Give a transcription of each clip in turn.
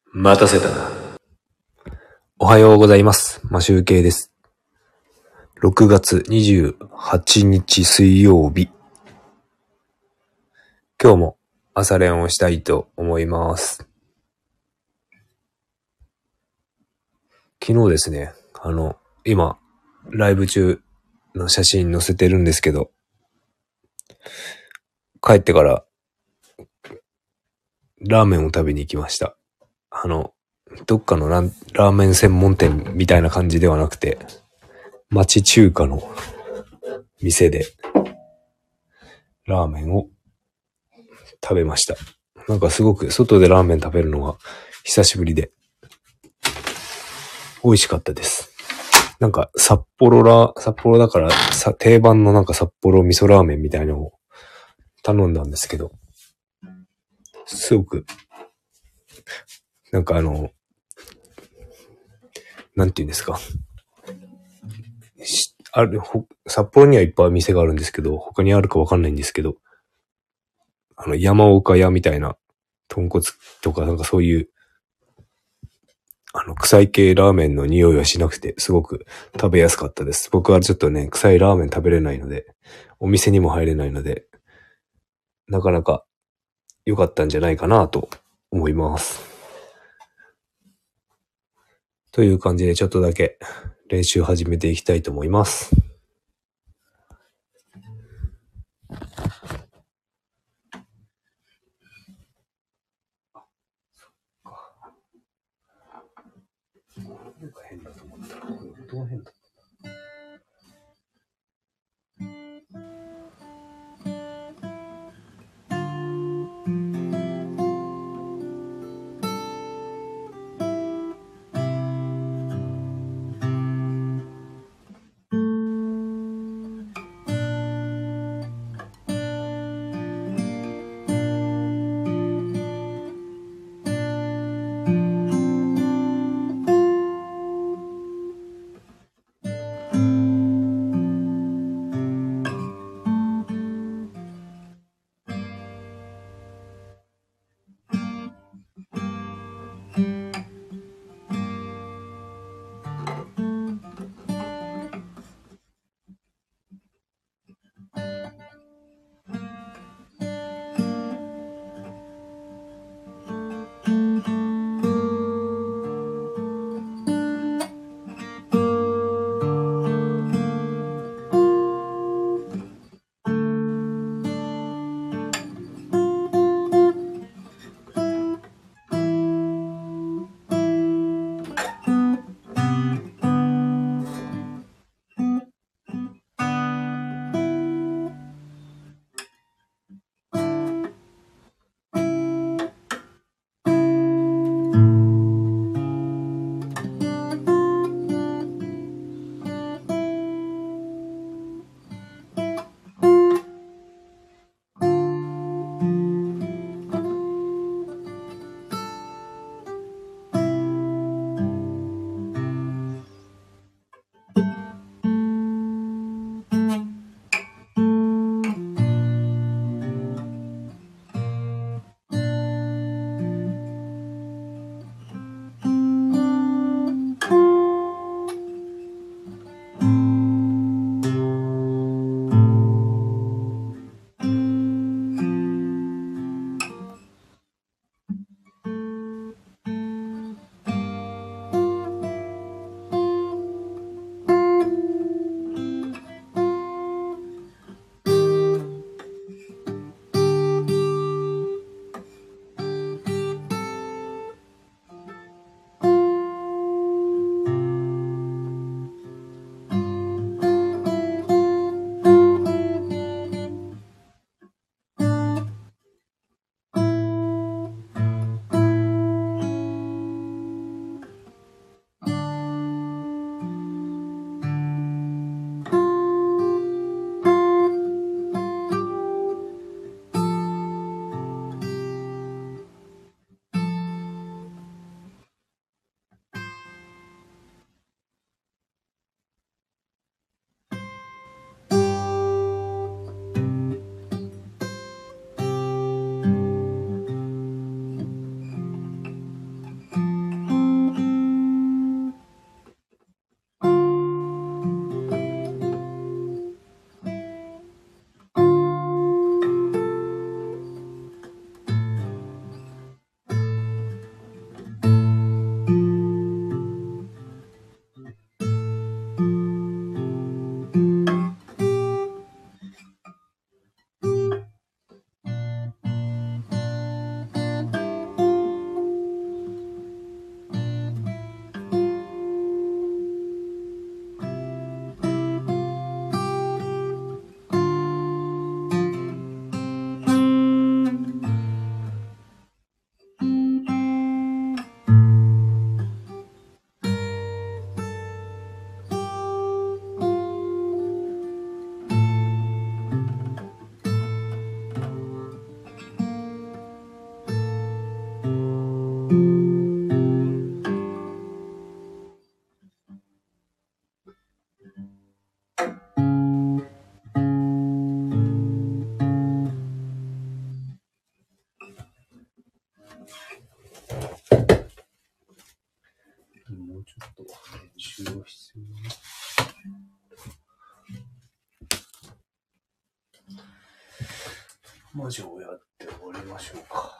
待たせたな。おはようございます。マシュウケイです。6月28日水曜日。今日も朝練をしたいと思います。昨日ですね、今、ライブ中の写真載せてるんですけど、帰ってからラーメンを食べに行きました。どっかのラーメン専門店みたいな感じではなくて、町中華の店でラーメンを食べました。なんかすごく外でラーメン食べるのが久しぶりで美味しかったです。なんか札幌だから定番のなんか札幌味噌ラーメンみたいなのを頼んだんですけど、すごくなんかなんていうんですか、札幌にはいっぱい店があるんですけど、他にあるかわかんないんですけど、山岡屋みたいな豚骨とかなんかそういう臭い系ラーメンの匂いはしなくて、すごく食べやすかったです。僕はちょっとね、臭いラーメン食べれないので、お店にも入れないので、なかなか良かったんじゃないかなと思います。という感じでちょっとだけ練習始めていきたいと思います。なんか変だと思ったら、音が変だ。 魔女をやって終わりましょうか。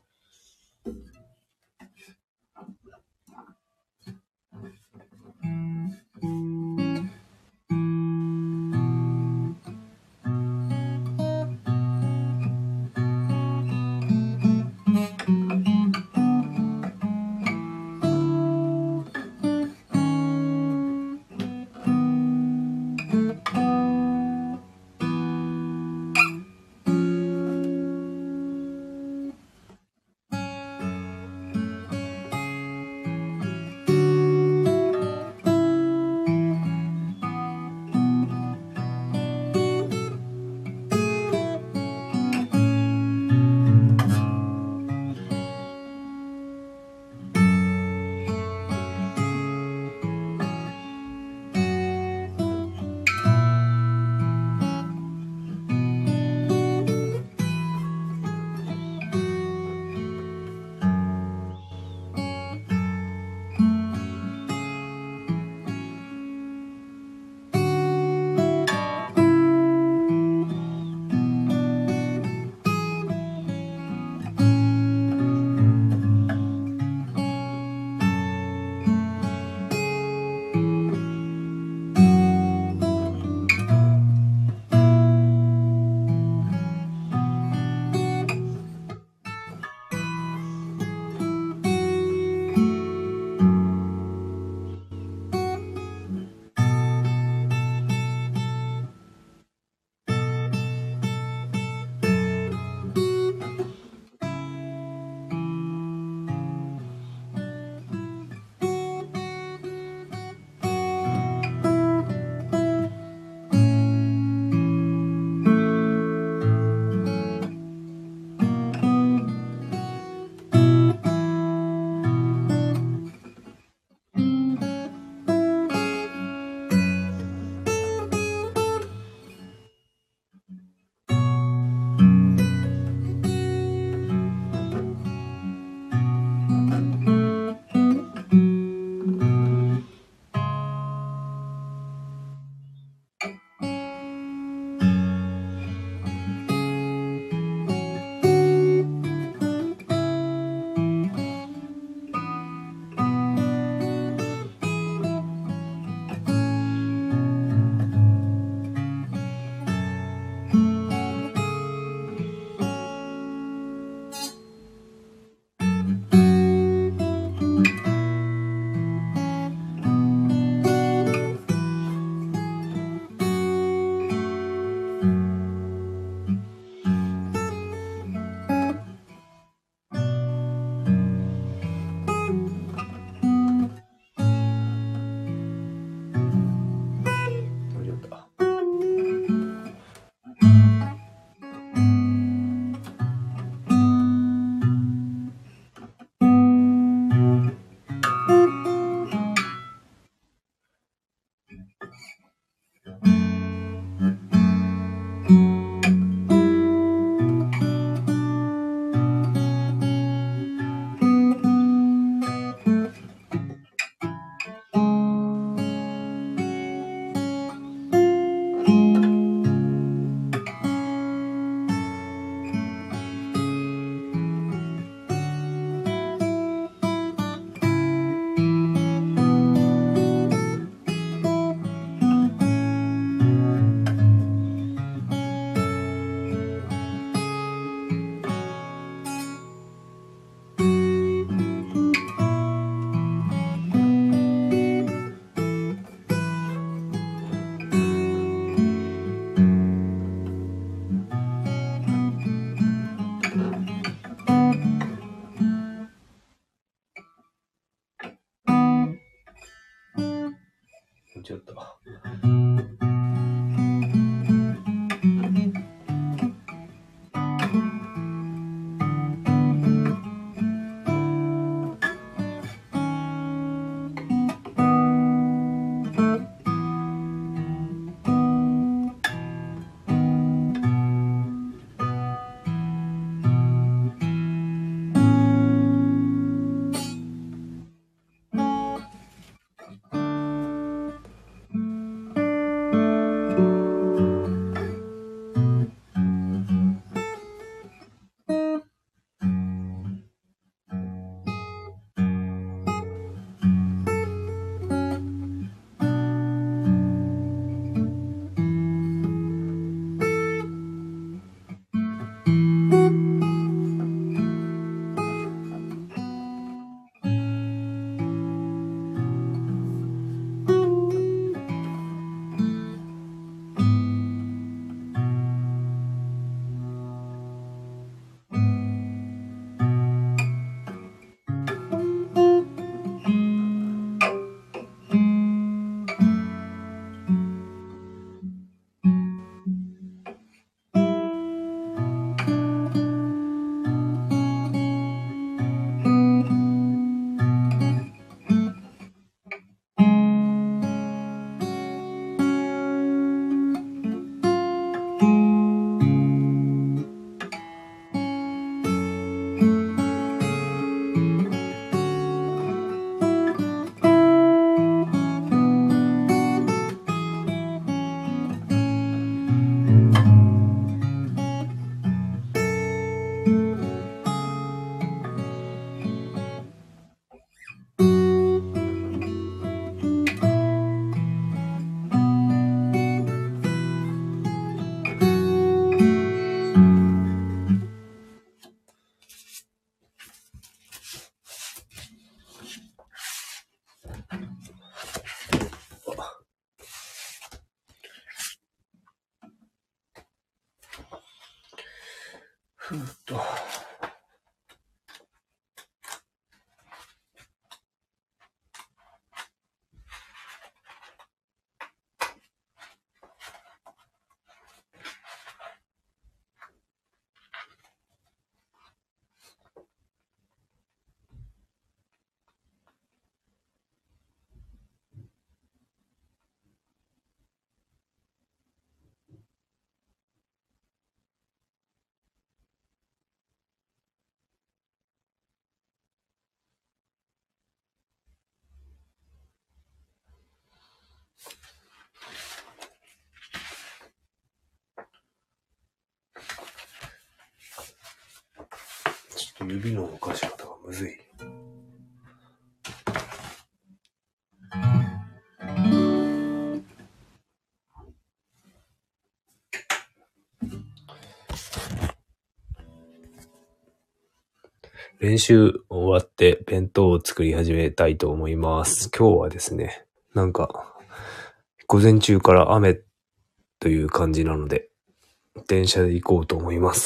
ちょっと。 指の動かし方がむずい。練習終わって弁当を作り始めたいと思います。今日はですね、なんか、午前中から雨という感じなので、電車で行こうと思います。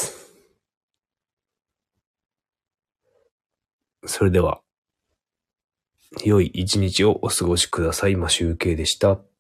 それでは、良い一日をお過ごしください。マシュウケイでした。